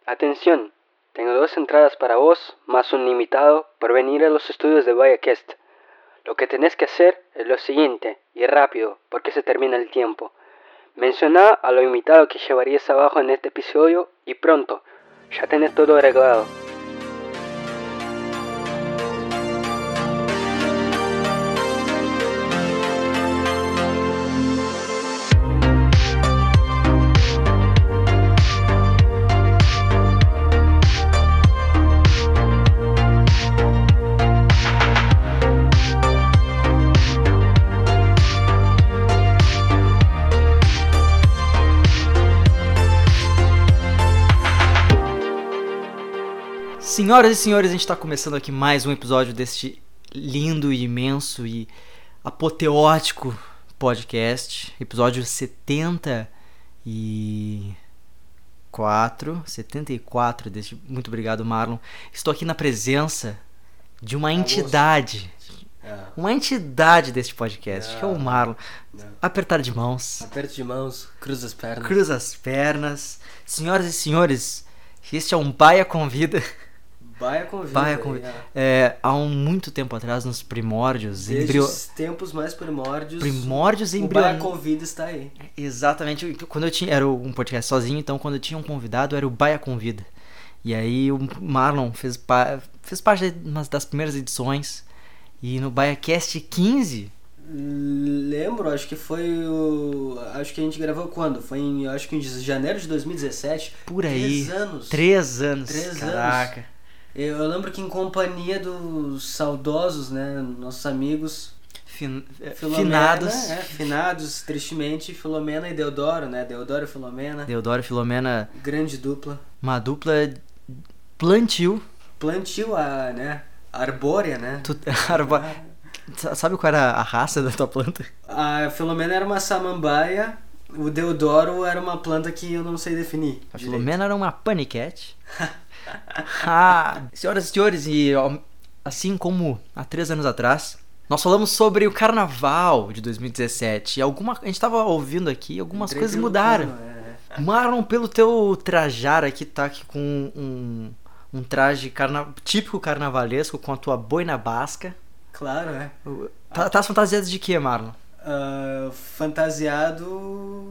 Atención, tengo 2 entradas para vos, más un invitado, por venir a los estudios de VallaQuest. Lo que tenés que hacer es lo siguiente, y rápido, porque se termina el tiempo. Menciona a lo invitado que llevarías abajo en este episodio, y pronto, ya tenés todo arreglado. Senhoras e senhores, a gente está começando aqui mais um episódio deste lindo, imenso e apoteótico podcast. Episódio 74 deste. Muito obrigado, Marlon. Estou aqui na presença de uma entidade. Uma entidade deste podcast, que é o Marlon. Apertar de mãos. Aperto de mãos, cruza as pernas. Cruza as pernas. Senhoras e senhores, este é um Baia Convida. Baia Convida. Há muito tempo atrás, nos primórdios. Desde os tempos mais primórdios. O Baia Convida está aí. Exatamente. Quando eu tinha. Era um podcast sozinho, então quando eu tinha um convidado era o Baia Convida. E aí o Marlon fez parte de uma das primeiras edições. E no BaiaCast 15. Lembro, acho que foi acho que a gente gravou quando? Foi em janeiro de 2017. Por aí. 3 anos. 3 anos. 3 Caraca. anos. Eu lembro que em companhia dos saudosos, né, nossos amigos finados, tristemente, Filomena e Deodoro, né, Deodoro e Filomena. Grande dupla. Uma dupla plantio, né, arbórea, né. Sabe qual era a raça da tua planta? A Filomena era uma samambaia, o Deodoro era uma planta que eu não sei definir. A Filomena era uma paniquete. Senhoras e senhores, e assim como há 3 anos atrás, nós falamos sobre o carnaval de 2017. A gente tava ouvindo aqui, algumas coisas mudaram. Marlon, pelo teu trajar aqui, tá aqui com um traje típico carnavalesco, com a tua boina basca. Claro, né? Tá fantasiado de quê, Marlon? Fantasiado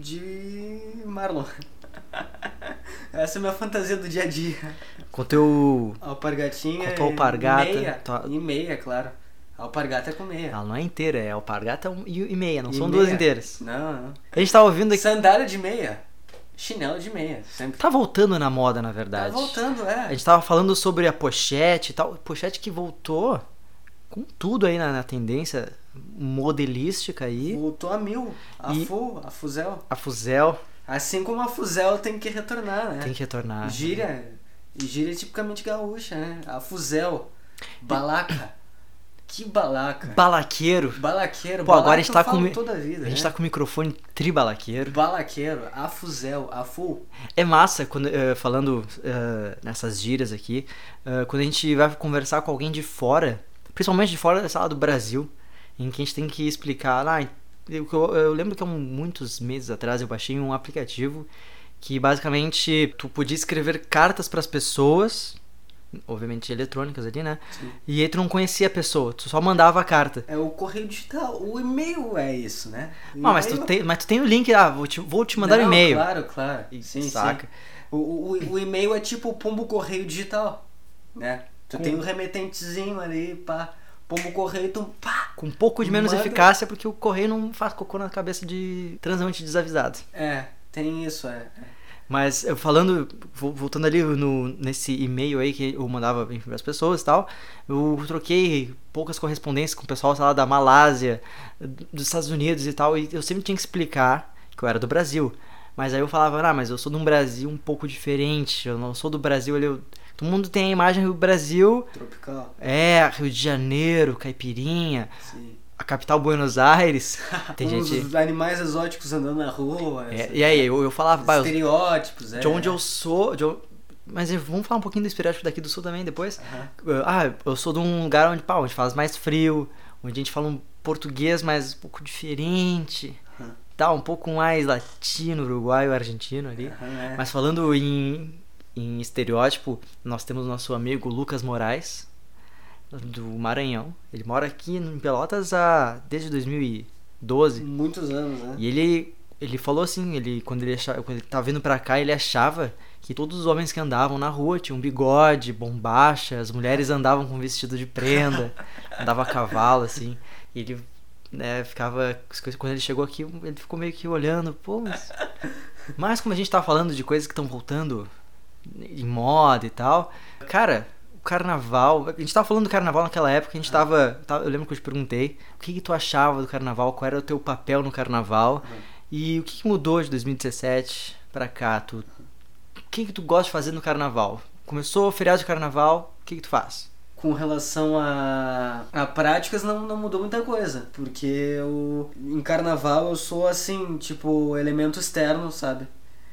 de Marlon. Essa é a minha fantasia do dia a dia. Com teu... alpargatinha. Com tua alpargata. E meia, claro. A alpargata é com meia. Ela não é inteira, é alpargata e meia, não são meia. 2 inteiras. Não. A gente tá ouvindo aqui... Sandália de meia. Chinelo de meia. Sempre. Tá voltando na moda, na verdade. Tá voltando, A gente tava falando sobre a pochete e tal. Pochete que voltou com tudo aí na tendência modelística aí. Voltou a 1000. A fuzel. A fuzel. Assim como a fuzel tem que retornar, né? Tem que retornar. Gíria tipicamente gaúcha, né? A fuzel. Balaca. Que balaca. Balaqueiro. Pô, agora a gente tá com toda a vida, a gente né? tá com o microfone tribalaqueiro. Balaqueiro, a fuzel, a full. É massa quando falando nessas gírias aqui, quando a gente vai conversar com alguém de fora, principalmente de fora da sala do Brasil, em que a gente tem que explicar, eu lembro que há muitos meses atrás eu baixei um aplicativo que basicamente tu podia escrever cartas para as pessoas, obviamente eletrônicas ali, né? Sim. E aí tu não conhecia a pessoa, tu só mandava a carta. É o correio digital, o e-mail é isso, né? Mas tu tem o link, vou te mandar o e-mail. Claro. Sim, saca. Sim. O e-mail é tipo o pombo correio digital, né? Tu tem um remetentezinho ali, pá. Pombo correio, pá. Com um pouco de menos eficácia, porque o correio não faz cocô na cabeça de transante desavisado. Tem isso, Mas voltando ali nesse e-mail aí que eu mandava para as pessoas e tal, eu troquei poucas correspondências com o pessoal, sei lá, da Malásia, dos Estados Unidos e tal, e eu sempre tinha que explicar que eu era do Brasil. Mas aí eu falava, mas eu sou de um Brasil um pouco diferente, eu não sou do Brasil, todo mundo tem a imagem do Brasil tropical. Rio de Janeiro, caipirinha. Sim. A capital Buenos Aires. Tem os animais exóticos andando na rua. E aí eu falava, estereótipos, de onde eu sou, mas vamos falar um pouquinho do estereótipo daqui do sul também depois. Eu sou de um lugar onde faz mais frio, onde a gente fala um português mais um pouco diferente. Um pouco mais latino, uruguaio, argentino ali. Mas falando em em estereótipo, nós temos nosso amigo Lucas Moraes, do Maranhão. Ele mora aqui em Pelotas desde 2012. Muitos anos, né? E ele falou assim, quando ele tava vindo pra cá, ele achava que todos os homens que andavam na rua tinham bigode, bombacha, as mulheres andavam com vestido de prenda, andava a cavalo, assim. E ele, né, ficava... Quando ele chegou aqui, ele ficou meio que olhando, pô, mas como a gente tava falando de coisas que estão voltando em moda e tal, cara, o carnaval... A gente tava falando do carnaval naquela época, a gente eu lembro que eu te perguntei o que tu achava do carnaval, qual era o teu papel no carnaval, e o que mudou de 2017 pra cá, o que tu gosta de fazer no carnaval? Começou o feriado de carnaval, o que tu faz? Com relação a práticas, não mudou muita coisa. Porque em carnaval eu sou assim, tipo, elemento externo, sabe?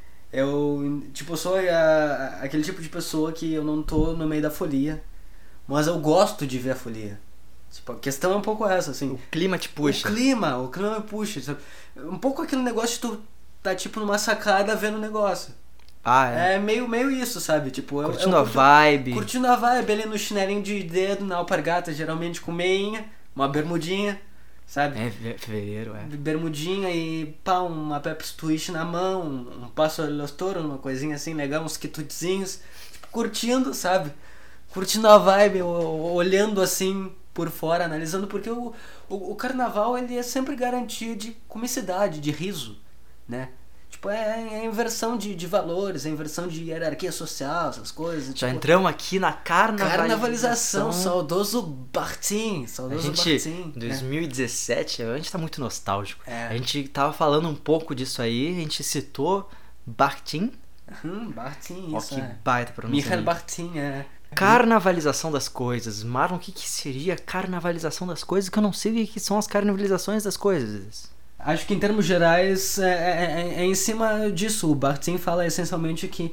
Eu sou aquele tipo de pessoa que eu não tô no meio da folia, mas eu gosto de ver a folia. Tipo, a questão é um pouco essa, assim. O clima te puxa. O clima me puxa, sabe? Um pouco aquele negócio de tu tá, tipo, numa sacada vendo o negócio. É meio isso, sabe? Tipo, curtindo a vibe. Curtindo a vibe ali no chinelinho de dedo, na alpargata, geralmente com meinha, uma bermudinha, sabe? Fevereiro, Bermudinha e pá, uma Pepsi Twist na mão, um Paso de los Toros, uma coisinha assim legal, uns quitutezinhos, tipo, curtindo, sabe? Curtindo a vibe, olhando assim por fora, analisando, porque o carnaval ele é sempre garantia de comicidade, de riso, né? Tipo, é a inversão de valores, a inversão de hierarquia social, essas coisas. Já tipo, entramos aqui na carnavalização. Saudoso Bartim. Em 2017, a gente tá muito nostálgico. É. A gente tava falando um pouco disso aí, a gente citou Bartim. Bartim, isso. Que baita pronúncia. Michael Bartim, Carnavalização das coisas. Marlon, o que seria carnavalização das coisas? Que eu não sei o que são as carnavalizações das coisas. Acho que em termos gerais é em cima disso. O Bartim fala essencialmente que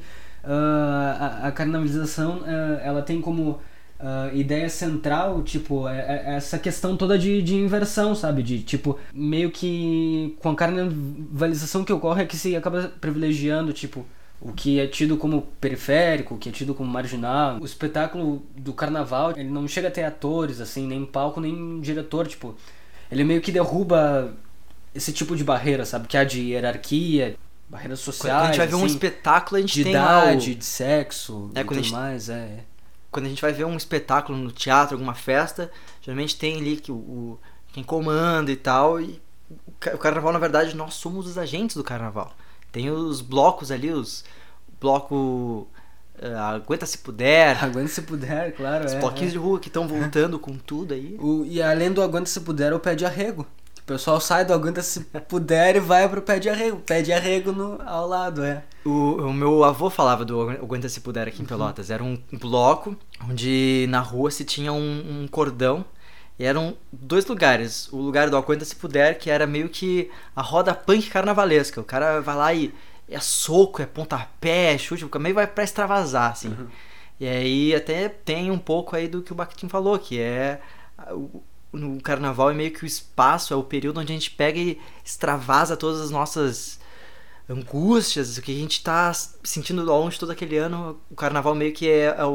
a carnavalização ela tem como ideia central, tipo, essa questão toda de inversão, sabe? De tipo, meio que com a carnavalização que ocorre é que se acaba privilegiando, tipo, o que é tido como periférico, o que é tido como marginal. O espetáculo do carnaval, ele não chega a ter atores, assim, nem palco, nem diretor, tipo, ele meio que derruba esse tipo de barreira, sabe? Que há de hierarquia, barreiras sociais. Quando a gente vai ver assim, um espetáculo, a gente de tem idade, de sexo, e quando tudo mais. Quando a gente vai ver um espetáculo no teatro, alguma festa, geralmente tem ali que quem comanda e tal. E o carnaval, na verdade, nós somos os agentes do carnaval. Tem os blocos ali, o bloco Aguenta Se Puder. Aguenta Se Puder, claro. Os bloquinhos de rua que estão voltando com tudo aí. E além do Aguenta Se Puder, o Pé de Arrego. O pessoal sai do Aguenta Se Puder e vai pro Pé de Arrego. Pé de Arrego ao lado, O meu avô falava do Aguenta Se Puder aqui em Pelotas. Era um bloco onde na rua se tinha um cordão. E eram dois lugares. O lugar do Aguenta Se Puder, que era meio que a roda punk carnavalesca. O cara vai lá e é soco, é pontapé, é chute, meio vai pra extravasar, assim. Uhum. E aí até tem um pouco aí do que o Bakhtin falou, que é... No carnaval é meio que o espaço, é o período onde a gente pega e extravasa todas as nossas angústias, o que a gente tá sentindo ao longo de todo aquele ano. O carnaval meio que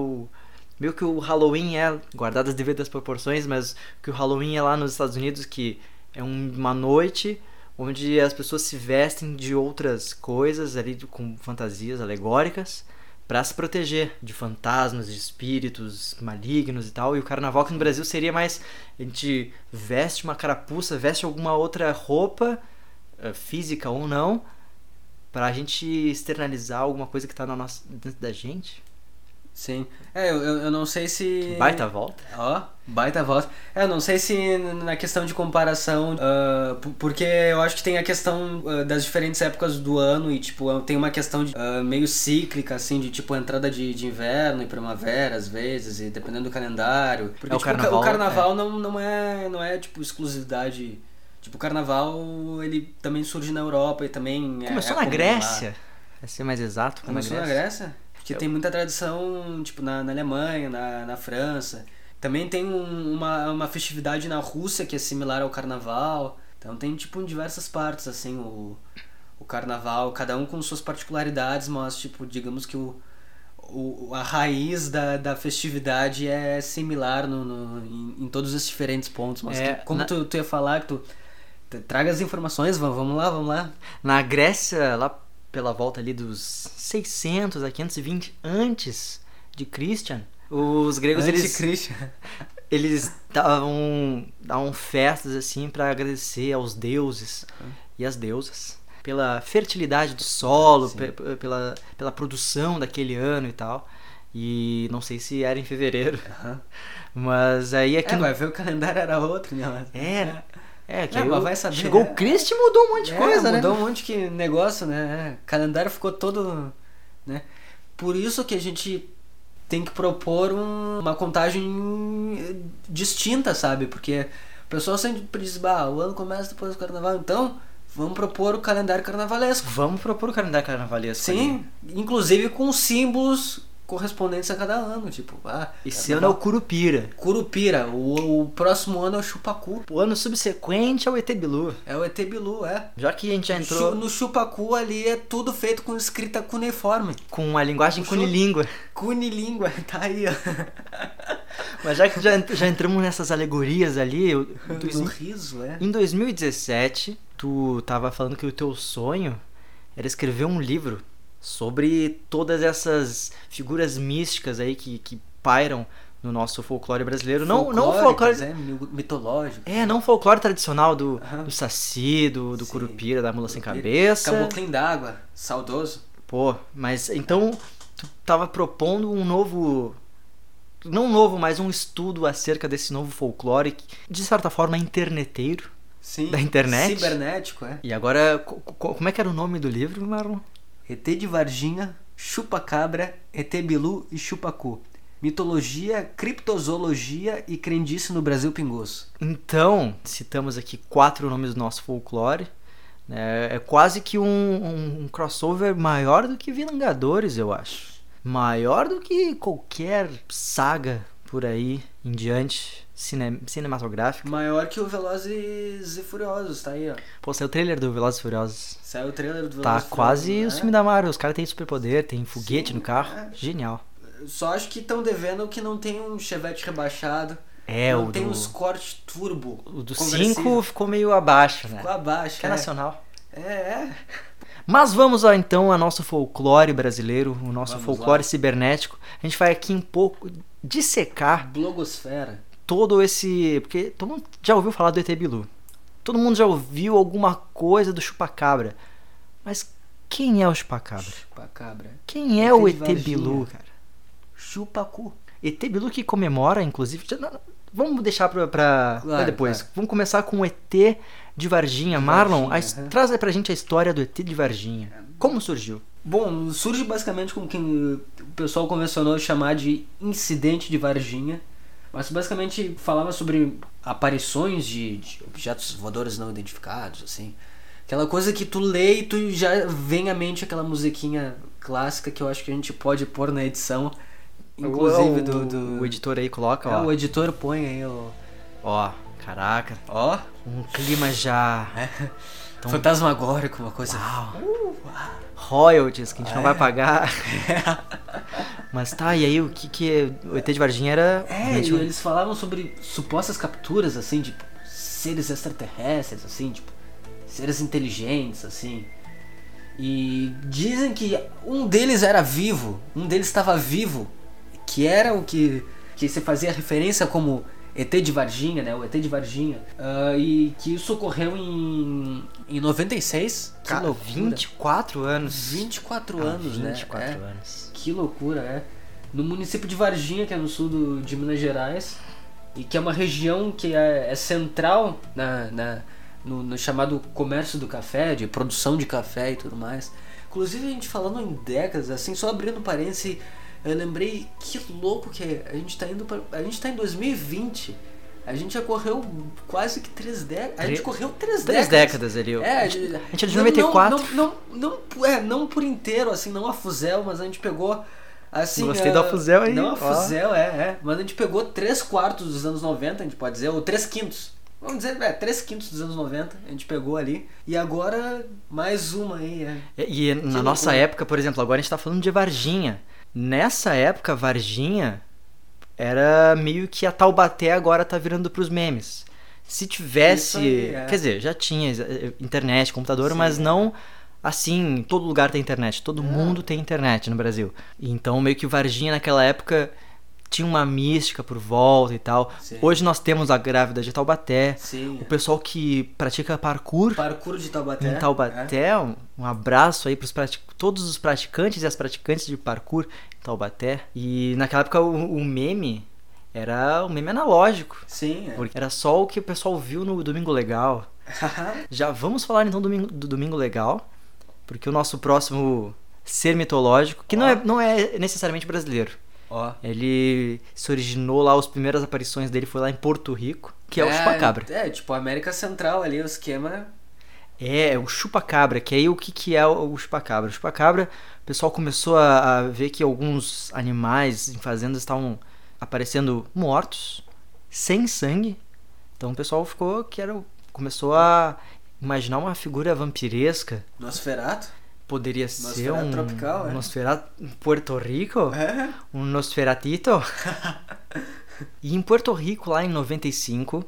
meio que o Halloween guardado as devidas proporções, mas que o Halloween é lá nos Estados Unidos, que é uma noite onde as pessoas se vestem de outras coisas ali, com fantasias alegóricas, para se proteger de fantasmas, de espíritos malignos e tal. E o carnaval aqui no Brasil seria mais... A gente veste uma carapuça, veste alguma outra roupa, física ou não, pra gente externalizar alguma coisa que tá dentro da gente. Sim. Eu não sei se... Baita volta. Baita volta. Eu não sei se na questão de comparação, porque eu acho que tem a questão das diferentes épocas do ano e, tipo, tem uma questão meio cíclica, assim, de, tipo, entrada de inverno e primavera, às vezes, e dependendo do calendário. Porque, tipo, o carnaval não é, tipo, exclusividade... Tipo, o carnaval, ele também surge na Europa e também... Começou na Grécia, pra ser mais exato. Começou na Grécia? Porque tem muita tradição, tipo, na Alemanha, na França. Também tem uma festividade na Rússia que é similar ao carnaval. Então tem, tipo, em diversas partes, assim, o carnaval, cada um com suas particularidades, mas, tipo, digamos que a raiz da festividade é similar em todos os diferentes pontos. Mas como tu ia falar, que tu traga as informações, vamos lá. Na Grécia, lá pela volta ali dos 600 a 520 antes de Christian, os gregos eles davam festas assim para agradecer aos deuses e às deusas pela fertilidade do solo, pela produção daquele ano e tal. E não sei se era em fevereiro. Mas aí aqui vai ver, o calendário era outro, né? Mas vai saber. Chegou o Cristo e mudou um monte de coisa, né? Mudou um monte de negócio, né? O calendário ficou todo, né? Por isso que a gente tem que propor uma contagem distinta, sabe? Porque o pessoal sempre diz, o ano começa depois do carnaval, então vamos propor o calendário carnavalesco. Sim, inclusive com símbolos correspondentes a cada ano, tipo, esse ano é o Curupira. O próximo ano é o Chupacu. O ano subsequente é o ET Bilu. É o ET Bilu, Já que a gente já entrou... No Chupacu ali é tudo feito com escrita cuneiforme. Com a linguagem cunilíngua. Cunilíngua, tá aí, ó. Mas já que já entramos nessas alegorias ali... Do riso, Em 2017, tu tava falando que o teu sonho era escrever um livro sobre todas essas figuras místicas aí que pairam no nosso folclore brasileiro. Não folclore mitológico. Não folclore tradicional do Saci, do Curupira, da Mula Sem Cabeça. Caboclinho d'Água, saudoso. Mas então tu tava propondo um novo... Não novo, mas um estudo acerca desse novo folclore, que, de certa forma, é interneteiro. Sim, da internet. Cibernético, E agora, como é que era o nome do livro, Marlon? ET de Varginha, Chupa-Cabra, ET Bilu e Chupacu. Mitologia, criptozoologia e crendice no Brasil Pingoço. Então, citamos aqui 4 nomes do nosso folclore. É quase que um crossover maior do que Vingadores, eu acho. Maior do que qualquer saga por aí em diante, cinematográfica. Maior que o Velozes e Furiosos, tá aí, ó. Saiu o trailer do Velozes e Furiosos. Saiu o trailer do Velozes e Tá Furiosos. quase o filme da Marvel. Os caras têm superpoder, tem foguete no carro. Genial. Só acho que estão devendo que não tem um Chevette rebaixado. Não tem uns cortes turbo. O do 5 ficou meio abaixo, né? Ficou abaixo, que é nacional. Mas vamos então ao nosso folclore brasileiro, o nosso folclore cibernético. A gente vai aqui um pouco dissecar blogosfera. Todo esse... Porque todo mundo já ouviu falar do ET Bilu. Todo mundo já ouviu alguma coisa do Chupacabra. Mas quem é o Chupacabra? Quem é o ET Bilu, cara? Chupacu. ET Bilu que comemora, inclusive... Vamos deixar pra depois. Claro. Vamos começar com o ET de Varginha. Marlon, traz aí pra gente a história do ET de Varginha. Como surgiu? Bom, surge basicamente com o que o pessoal convencionou chamar de incidente de Varginha. Mas basicamente falava sobre aparições de objetos voadores não identificados, assim. Aquela coisa que tu lê e tu já vem à mente aquela musiquinha clássica que eu acho que a gente pode pôr na edição. Inclusive o editor aí coloca, ó. O editor põe aí, ó. Caraca. Ó. Um clima já... fantasmagórico, uma coisa... Uau. Royalties que a gente não vai pagar. Mas tá, e aí o que o ET de Varginha era... e eles falavam sobre supostas capturas, assim, tipo, seres extraterrestres, assim, tipo, seres inteligentes, assim. E dizem que um deles era vivo, um deles estava vivo, que era o que se fazia referência como ET de Varginha, né? O ET de Varginha. E que isso ocorreu em 96. Que loucura. 24 anos. 24 anos, né? 24 anos. Que loucura, No município de Varginha, que é no sul de Minas Gerais, e que é uma região que é central no chamado comércio do café, de produção de café e tudo mais. Inclusive, a gente falando em décadas, assim, só abrindo parênteses, eu lembrei que louco que é. A gente tá em 2020. A gente já correu quase que 3 décadas. A gente correu 3 décadas. 3 décadas ali. A gente é de 94. Não por inteiro, assim, não a fuzel, mas a gente pegou, assim... Gostei da fuzel aí. Não a fuzel, mas a gente pegou 3/4 dos anos 90, a gente pode dizer, ou 3/5. Vamos dizer, 3/5 dos anos 90, a gente pegou ali. E agora, mais uma aí, E na nossa época, por exemplo, agora a gente tá falando de Varginha. Nessa época, Varginha era meio que a Taubaté agora tá virando pros memes. Se tivesse... Isso aí, Quer dizer, já tinha internet, computador, mas não assim, todo lugar tem internet. Todo mundo tem internet no Brasil. Então, meio que Varginha naquela época tinha uma mística por volta e tal. Sim. Hoje nós temos a grávida de Taubaté. Sim. O pessoal que pratica parkour Parkour de Taubaté. em Taubaté. Um abraço aí para todos os praticantes e as praticantes de parkour em Taubaté. E naquela época o meme era um meme analógico. Sim. Porque era só o que o pessoal viu no Domingo Legal. Já vamos falar então do Domingo Legal. Porque o nosso próximo ser mitológico, que não é necessariamente brasileiro. Ele se originou lá, as primeiras aparições dele foi lá em Porto Rico, que é o Chupacabra. Tipo América Central ali, o esquema. É o Chupacabra, que aí o que é o Chupacabra? O Chupacabra, o pessoal começou a ver que alguns animais em fazendas estavam aparecendo mortos, sem sangue. Então o pessoal começou a imaginar uma figura vampiresca. Nosferatu? Poderia ser um tropical, Nosferatu Puerto Rico? Um Nosferatito? E em Puerto Rico, lá em 95,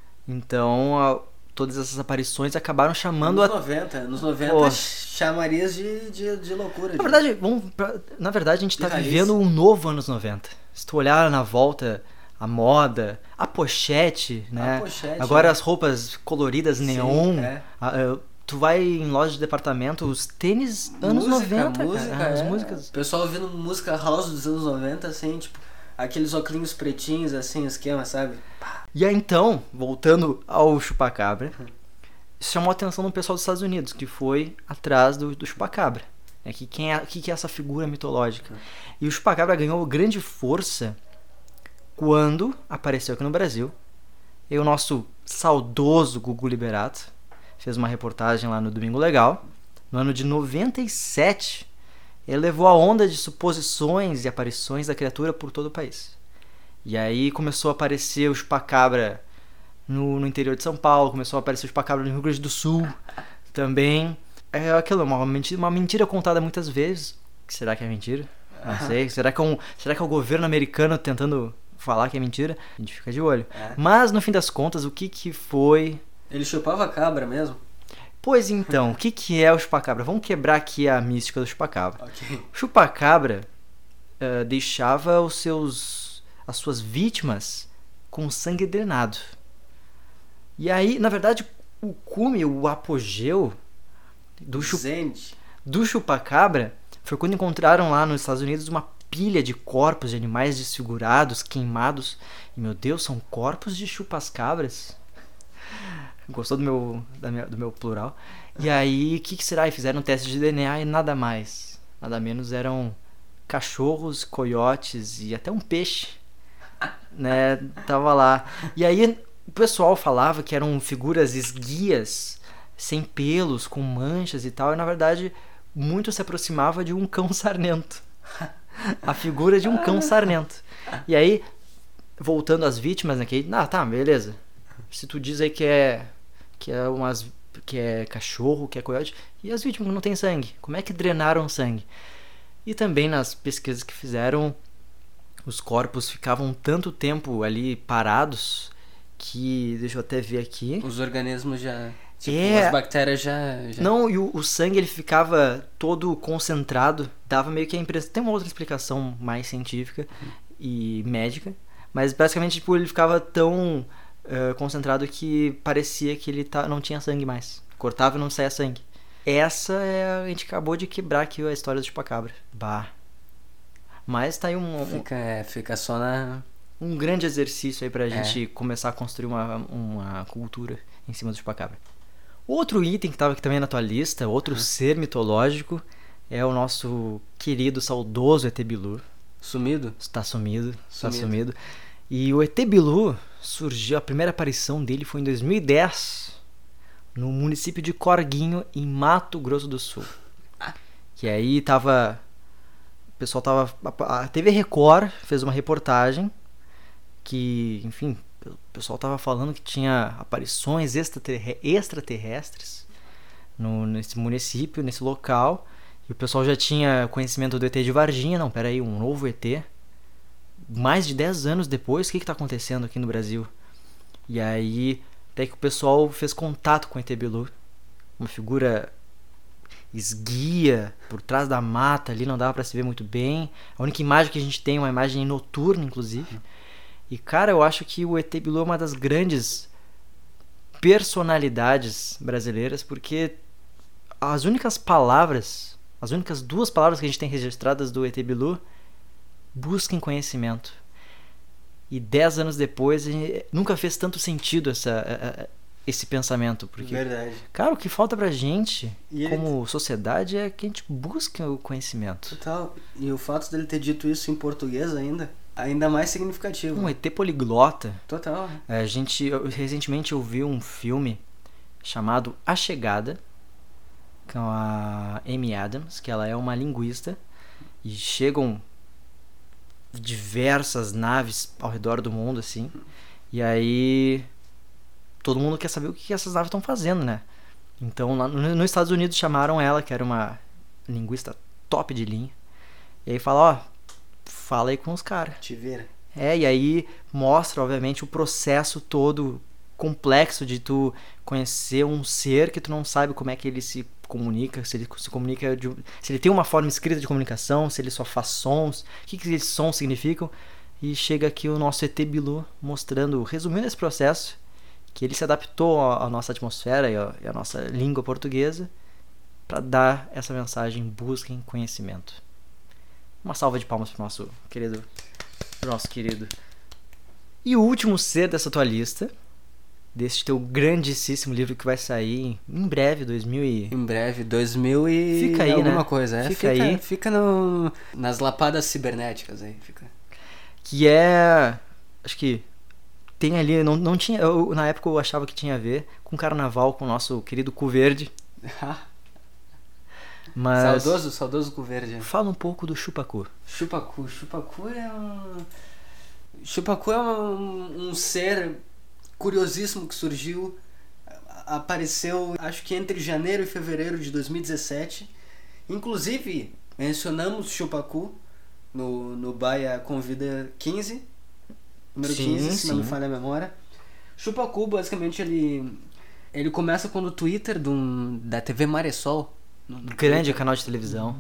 então todas essas aparições acabaram chamando Nos 90 chamarias de loucura. Na verdade, a gente tá vivendo um novo anos 90. Se tu olhar na volta, a moda, a pochete, né? Agora as roupas coloridas, neon. Tu vai em loja de departamento, os tênis anos 90, música, as músicas. O pessoal ouvindo música house dos anos 90, assim, tipo, aqueles óculos pretinhos, assim, esquema, sabe? E aí então, voltando ao Chupacabra, isso chamou a atenção do pessoal dos Estados Unidos, que foi atrás do Chupacabra. Que é essa figura mitológica? E o Chupacabra ganhou grande força quando apareceu aqui no Brasil. E o nosso saudoso Gugu Liberato fez uma reportagem lá no Domingo Legal. No ano de 97, ele levou a onda de suposições e aparições da criatura por todo o país. E aí começou a aparecer o Chupacabra no interior de São Paulo, começou a aparecer o Chupacabra no Rio Grande do Sul também. É aquilo, uma mentira contada muitas vezes. Será que é mentira? Não sei. Será que é o governo americano tentando falar que é mentira? A gente fica de olho. Mas, no fim das contas, o que foi... Ele chupava cabra mesmo? Pois então, o que é o Chupacabra? Vamos quebrar aqui a mística do Chupacabra. Okay. O Chupacabra deixava as suas vítimas com sangue drenado. E aí, na verdade, o cume, o apogeu do Chupacabra foi quando encontraram lá nos Estados Unidos uma pilha de corpos de animais desfigurados, queimados. E, meu Deus, são corpos de chupacabras? Gostou do meu plural? E aí, o que será? E fizeram um teste de DNA e nada mais, nada menos eram cachorros, coiotes e até um peixe, né? Tava lá. E aí, o pessoal falava que eram figuras esguias, sem pelos, com manchas e tal. E, na verdade, muito se aproximava de um cão sarnento. A figura de um cão sarnento. E aí, voltando às vítimas, né? Tá, beleza. Se tu diz aí que é cachorro, que é coiote, e as vítimas não têm sangue, como é que drenaram sangue? E também nas pesquisas que fizeram, os corpos ficavam tanto tempo ali parados que, deixa eu até ver aqui, os organismos já, as bactérias já... Não, e o sangue ele ficava todo concentrado, dava meio que a impressão, tem uma outra explicação mais científica e médica, mas basicamente ele ficava tão concentrado que parecia que ele não tinha sangue mais. Cortava e não saía sangue. A gente acabou de quebrar aqui a história do Chupacabra. Bah. Mas tá aí fica só na... um grande exercício aí pra gente começar a construir uma cultura em cima do Chupacabra. Outro item que tava aqui também na tua lista, outro ser mitológico, é o nosso querido, saudoso ET Bilu. Sumido? Está sumido. E o ET Bilu surgiu, a primeira aparição dele foi em 2010, no município de Corguinho, em Mato Grosso do Sul. Que aí o pessoal a TV Record fez uma reportagem que, enfim, o pessoal tava falando que tinha aparições extraterrestres nesse município, nesse local. E o pessoal já tinha conhecimento do ET de Varginha. Não, peraí, um novo ET. Mais de 10 anos depois, o que tá acontecendo aqui no Brasil? E aí, até que o pessoal fez contato com o ET Bilu. Uma figura esguia, por trás da mata ali, não dava pra se ver muito bem. A única imagem que a gente tem é uma imagem noturna, inclusive. E, cara, eu acho que o ET Bilu é uma das grandes personalidades brasileiras, porque as únicas duas palavras que a gente tem registradas do ET Bilu: busquem conhecimento. E 10 anos depois, nunca fez tanto sentido esse pensamento. Porque, Verdade. cara, o que falta pra gente, E como sociedade, é que a gente busque o conhecimento. Total. E o fato dele ter dito isso em português ainda mais significativo. Um ET poliglota. Total. Recentemente eu vi um filme chamado A Chegada, com a Amy Adams, que ela é uma linguista, e chegam diversas naves ao redor do mundo, assim, e aí todo mundo quer saber o que essas naves estão fazendo, né? Então, lá nos Estados Unidos chamaram ela, que era uma linguista top de linha, e aí fala aí com os caras. Te vira. E aí mostra, obviamente, o processo todo complexo de tu conhecer um ser que tu não sabe como é que ele se comunica, se ele se comunica se ele tem uma forma escrita de comunicação, se ele só faz sons, o que esses sons significam. E chega aqui o nosso ET Bilu mostrando, resumindo esse processo, que ele se adaptou à nossa atmosfera e à nossa língua portuguesa para dar essa mensagem: busquem conhecimento. Uma salva de palmas pro nosso querido. E o último ser dessa tua lista, deste teu grandíssimo livro que vai sair em breve, 2000 e... Em breve, 2000 e... Fica aí, alguma né? coisa. Fica aí. Fica nas lapadas cibernéticas aí. Fica. Que é... Acho que tem ali... Não tinha... na época eu achava que tinha a ver com carnaval, com o nosso querido Cu Verde. Mas... Saudoso Cu Verde. Fala um pouco do Chupacu. Chupacu é um ser curiosíssimo que surgiu, apareceu acho que entre janeiro e fevereiro de 2017. Inclusive mencionamos Chupacu no Baia Convida 15, número 15, se não me falha a memória. Chupacu, basicamente, ele começa quando o Twitter da TV Maressol, grande canal de televisão,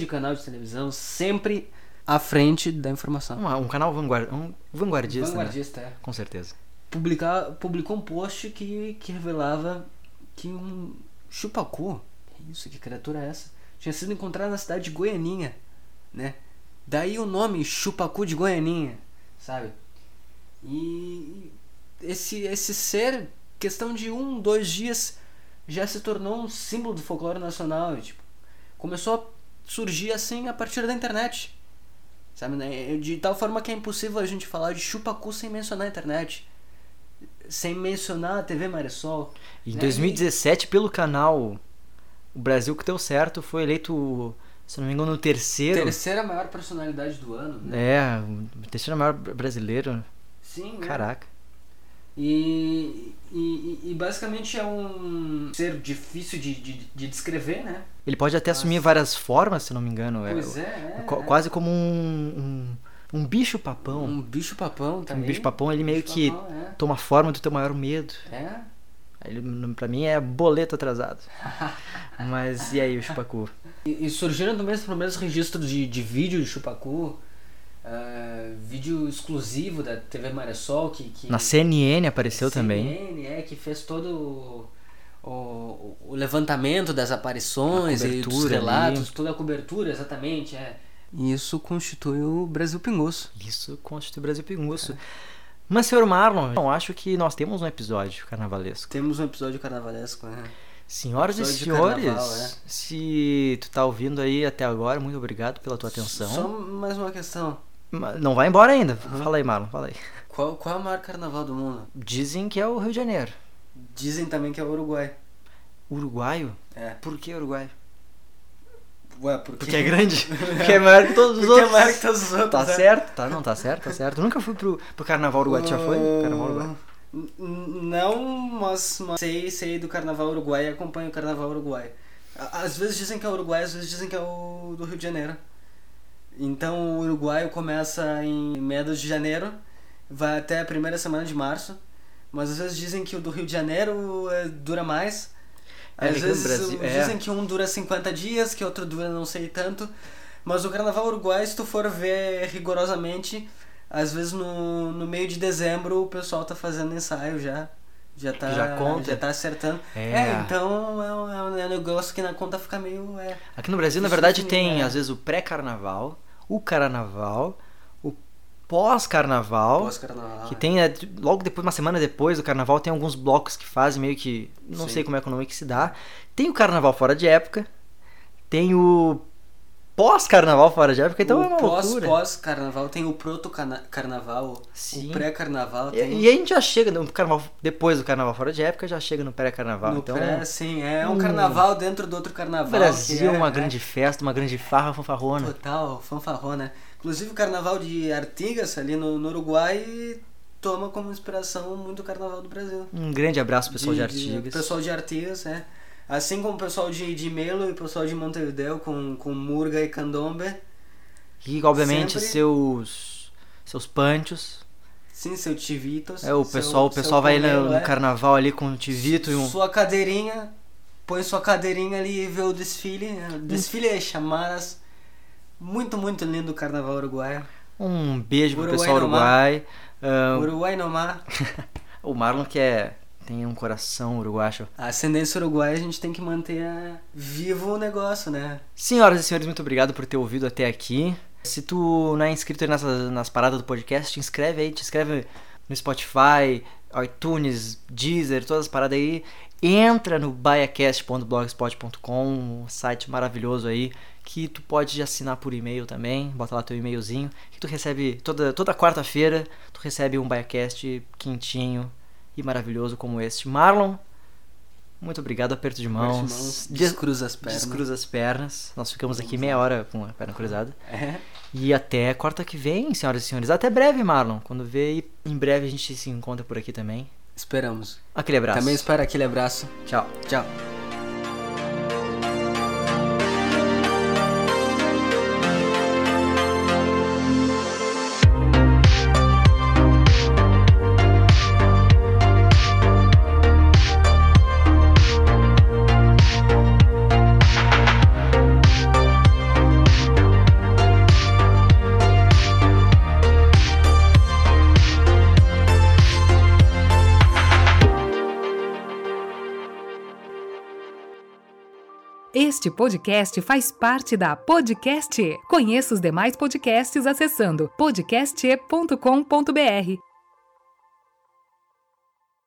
sempre à frente da informação. Um canal vanguardista, né? Com certeza. Publicou um post que revelava que um Chupacu, que criatura é essa, tinha sido encontrado na cidade de Goianinha, né? Daí o nome Chupacu de Goianinha, sabe? E esse ser, questão de 1-2 dias, já se tornou um símbolo do folclore nacional. Tipo, começou a surgir assim a partir da internet, sabe, né? De tal forma que é impossível a gente falar de Chupacu sem mencionar a internet, sem mencionar a TV Maressol. Em 2017, pelo canal O Brasil que Deu Certo, foi eleito, se não me engano, terceira maior personalidade do ano, né? O terceiro maior brasileiro. Sim, caraca. E basicamente é um ser difícil de descrever, né? Ele pode até assumir várias formas, se não me engano. Pois quase como um bicho-papão. Um bicho-papão também. Um bicho-papão, ele meio que toma forma do teu maior medo. Ele, pra mim, é boleto atrasado. Mas e aí, o Chupacu? E surgiram também os primeiros registros de vídeo de Chupacu. Vídeo exclusivo da TV Maressol que na CNN apareceu também. CNN, que fez todo o levantamento das aparições e dos relatos, ali. Toda a cobertura, exatamente. E isso constitui o Brasil Pinguço. Mas, senhor Marlon, eu acho que nós temos um episódio carnavalesco. Né? Senhoras e senhores, carnaval, se tu tá ouvindo aí até agora, muito obrigado pela tua atenção. Só mais uma questão. Não vai embora ainda. Fala aí, Marlon, fala aí. Qual é o maior carnaval do mundo? Dizem que é o Rio de Janeiro. Dizem também que é o Uruguai. Uruguaio? Por que Uruguai? Porque é grande? Porque é maior que todos os outros. É maior que todos os outros. Tá certo? Tá certo. Nunca fui pro carnaval uruguai. Tu já foi? Carnaval uruguai? Não, mas sei do carnaval uruguai e acompanho o carnaval uruguai. Às vezes dizem que é o Uruguai, às vezes dizem que é o do Rio de Janeiro. Então o uruguaio começa em meados de janeiro, vai até a primeira semana de março, mas às vezes dizem que o do Rio de Janeiro dura mais. Às vezes dizem que um dura 50 dias, que outro dura não sei tanto. Mas o carnaval uruguaio, se tu for ver rigorosamente, às vezes no meio de dezembro o pessoal tá fazendo ensaio já tá acertando. Então é um negócio que na conta fica meio... Aqui no Brasil, na verdade, tem às vezes o pré-carnaval, o carnaval, o pós-carnaval, que tem logo depois, uma semana depois do carnaval, tem alguns blocos que fazem meio que... Não sei como é que o nome que se dá. Tem o carnaval fora de época, tem o pós-carnaval fora de época, então é uma loucura. Pós-carnaval tem o proto-carnaval, o pré-carnaval. E a gente já chega no carnaval, depois do carnaval fora de época, já chega no pré-carnaval. No pré, sim, é um carnaval dentro do outro carnaval. O Brasil é uma grande festa, uma grande farra fanfarrona. Total, fanfarrona. Inclusive o carnaval de Artigas, ali no Uruguai, toma como inspiração muito o carnaval do Brasil. Um grande abraço pessoal de Artigas. Pessoal de Artigas, Assim como o pessoal de Melo e o pessoal de Montevideo com Murga e Candombe. E obviamente seus panchos. Sim, seu Tivitos. O pessoal vai no carnaval ali com o Tivito e sua cadeirinha, põe sua cadeirinha ali e vê o desfile. Desfile é chamadas. Muito, muito lindo o carnaval uruguaio. Um beijo pro pessoal uruguai. Uruguai no mar. O Marlon tem um coração uruguaio. A ascendência uruguaia a gente tem que manter vivo o negócio, né? Senhoras e senhores, muito obrigado por ter ouvido até aqui. Se tu não é inscrito aí nas paradas do podcast, te inscreve no Spotify, iTunes, Deezer, todas as paradas aí. Entra no baiacast.blogspot.com, um site maravilhoso aí, que tu pode assinar por e-mail também. Bota lá teu e-mailzinho, que tu recebe toda quarta-feira, tu recebe um Baiacast quentinho e maravilhoso como este. Marlon, muito obrigado, aperto de mãos. Descruza as pernas. Nós ficamos aqui meia hora com a perna cruzada. E até quarta que vem, senhoras e senhores. Até breve, Marlon. Quando vê, em breve a gente se encontra por aqui também. Esperamos. Aquele abraço. Também espero aquele abraço. Tchau. Tchau. Este podcast faz parte da Podcast E. Conheça os demais podcasts acessando podcast.com.br.